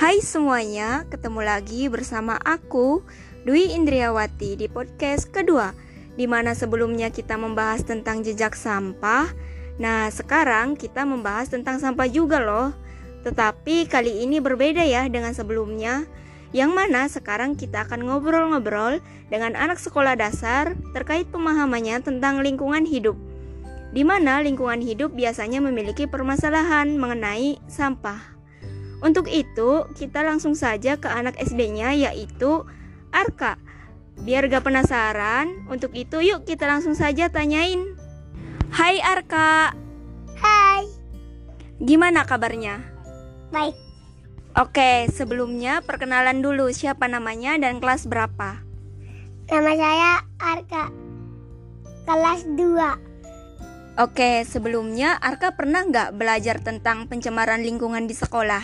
Hai semuanya, ketemu lagi bersama aku, Dwi Indriawati di podcast kedua, di mana sebelumnya kita membahas tentang jejak sampah. Nah, sekarang kita membahas tentang sampah juga loh. Tetapi kali ini berbeda ya dengan sebelumnya, yang mana sekarang kita akan ngobrol-ngobrol dengan anak sekolah dasar terkait pemahamannya tentang lingkungan hidup, di mana lingkungan hidup biasanya memiliki permasalahan mengenai sampah. Untuk itu, kita langsung saja ke anak SD-nya, yaitu Arka. Biar gak penasaran, untuk itu yuk kita langsung saja tanyain. Hai Arka. Hai. Gimana kabarnya? Baik. Oke, sebelumnya perkenalan dulu, siapa namanya dan kelas berapa? Nama saya Arka, kelas 2. Oke, sebelumnya Arka pernah gak belajar tentang pencemaran lingkungan di sekolah?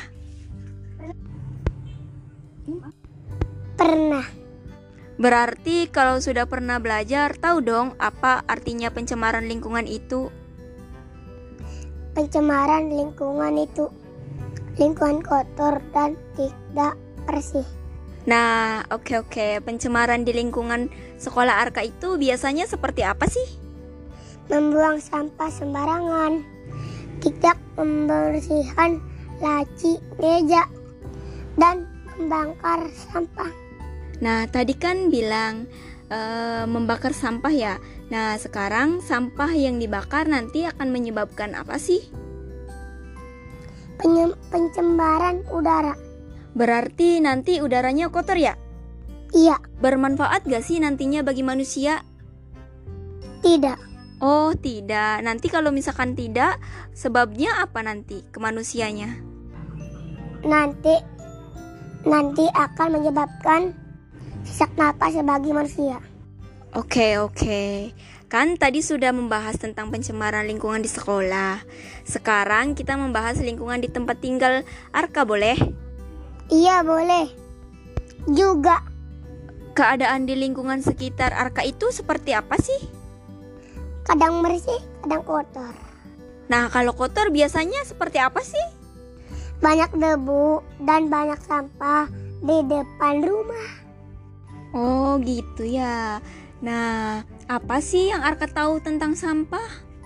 Pernah. Berarti kalau sudah pernah belajar, tahu dong apa artinya pencemaran lingkungan itu? Pencemaran lingkungan itu lingkungan kotor dan tidak bersih. Nah, oke. Pencemaran di lingkungan sekolah Arka itu biasanya seperti apa sih? Membuang sampah sembarangan, tidak membersihkan laci, meja, dan membakar sampah. Nah, tadi kan bilang membakar sampah ya. Nah, sekarang sampah yang dibakar nanti akan menyebabkan apa sih? Pencemaran udara. Berarti nanti udaranya kotor ya? Iya. Bermanfaat gak sih nantinya bagi manusia? Tidak. Oh, tidak. Nanti kalau misalkan tidak, sebabnya apa nanti ke manusianya? Nanti akan menyebabkan sesak napas bagi manusia. Oke. Kan tadi sudah membahas tentang pencemaran lingkungan di sekolah. Sekarang kita membahas lingkungan di tempat tinggal Arka, boleh? Iya, boleh. Juga. Keadaan di lingkungan sekitar Arka itu seperti apa sih? Kadang bersih, kadang kotor. Nah, kalau kotor biasanya seperti apa sih? Banyak debu dan banyak sampah di depan rumah. Oh, gitu ya. Nah, apa sih yang Arka tahu tentang sampah?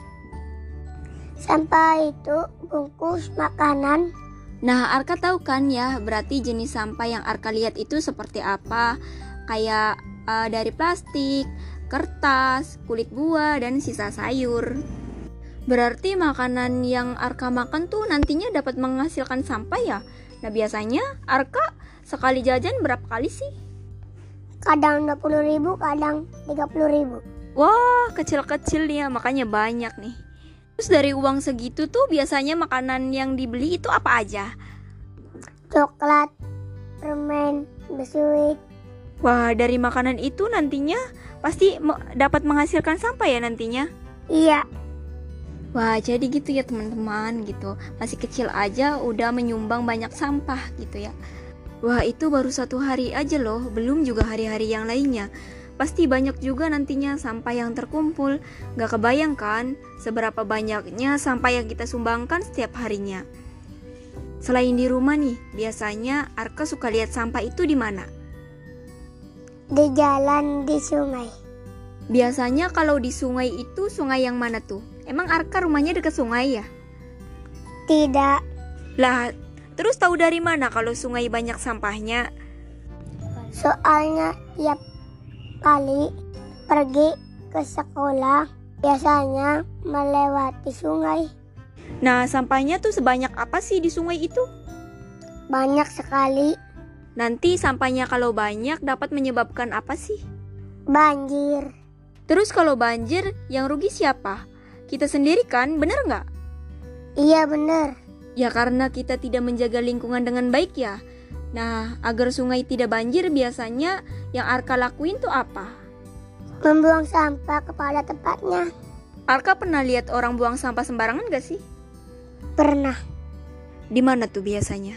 Sampah itu bungkus makanan. Nah, Arka tahu kan ya, berarti jenis sampah yang Arka lihat itu seperti apa? Kayak dari plastik, kertas, kulit buah, dan sisa sayur. Berarti makanan yang Arka makan tuh nantinya dapat menghasilkan sampah ya? Nah, biasanya Arka sekali jajan berapa kali sih? Kadang 20.000, kadang 30.000. Wah, kecil-kecil nih ya, makanya banyak nih. Terus dari uang segitu tuh biasanya makanan yang dibeli itu apa aja? Coklat, permen, biskuit. Wah, dari makanan itu nantinya pasti dapat menghasilkan sampah ya nantinya? Iya. Wah, jadi gitu ya teman-teman gitu. Masih kecil aja udah menyumbang banyak sampah gitu ya. Wah, itu baru 1 hari aja loh, belum juga hari-hari yang lainnya. Pasti banyak juga nantinya sampah yang terkumpul. Gak kebayang kan seberapa banyaknya sampah yang kita sumbangkan setiap harinya. Selain di rumah nih, biasanya Arka suka lihat sampah itu di mana? Di jalan, di sungai. Biasanya kalau di sungai itu sungai yang mana tuh? Emang Arka rumahnya dekat sungai ya? Tidak. Lah, terus tahu dari mana kalau sungai banyak sampahnya? Soalnya tiap kali pergi ke sekolah biasanya melewati sungai. Nah, sampahnya tuh sebanyak apa sih di sungai itu? Banyak sekali. Nanti sampahnya kalau banyak dapat menyebabkan apa sih? Banjir. Terus kalau banjir, yang rugi siapa? Kita sendiri kan, bener nggak? Iya, bener. Ya karena kita tidak menjaga lingkungan dengan baik ya. Nah, agar sungai tidak banjir biasanya yang Arka lakuin tuh apa? Membuang sampah kepada tempatnya. Arka pernah lihat orang buang sampah sembarangan gak sih? Pernah. Di mana tuh biasanya?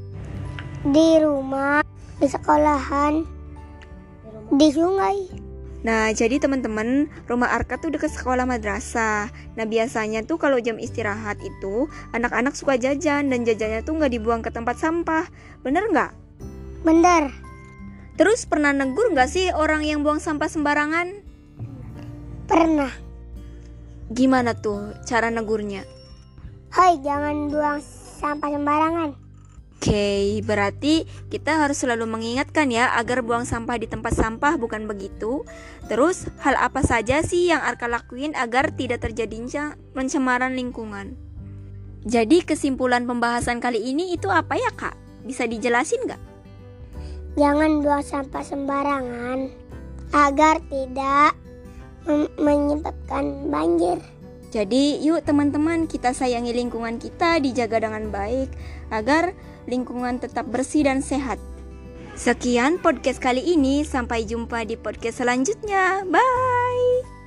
Di rumah, di sekolahan, di sungai. Nah, jadi teman-teman, rumah Arka tuh dekat sekolah madrasah. Nah, biasanya tuh kalau jam istirahat itu, anak-anak suka jajan dan jajannya tuh nggak dibuang ke tempat sampah. Bener nggak? Bener. Terus pernah negur nggak sih orang yang buang sampah sembarangan? Pernah. Gimana tuh cara negurnya? Hei, jangan buang sampah sembarangan. Oke, berarti kita harus selalu mengingatkan ya agar buang sampah di tempat sampah, bukan begitu? Terus, hal apa saja sih yang Arka lakuin agar tidak terjadinya pencemaran lingkungan? Jadi kesimpulan pembahasan kali ini itu apa ya Kak? Bisa dijelasin nggak? Jangan buang sampah sembarangan agar tidak menyebabkan banjir. Jadi yuk teman-teman, kita sayangi lingkungan kita, dijaga dengan baik agar lingkungan tetap bersih dan sehat. Sekian podcast kali ini, sampai jumpa di podcast selanjutnya. Bye.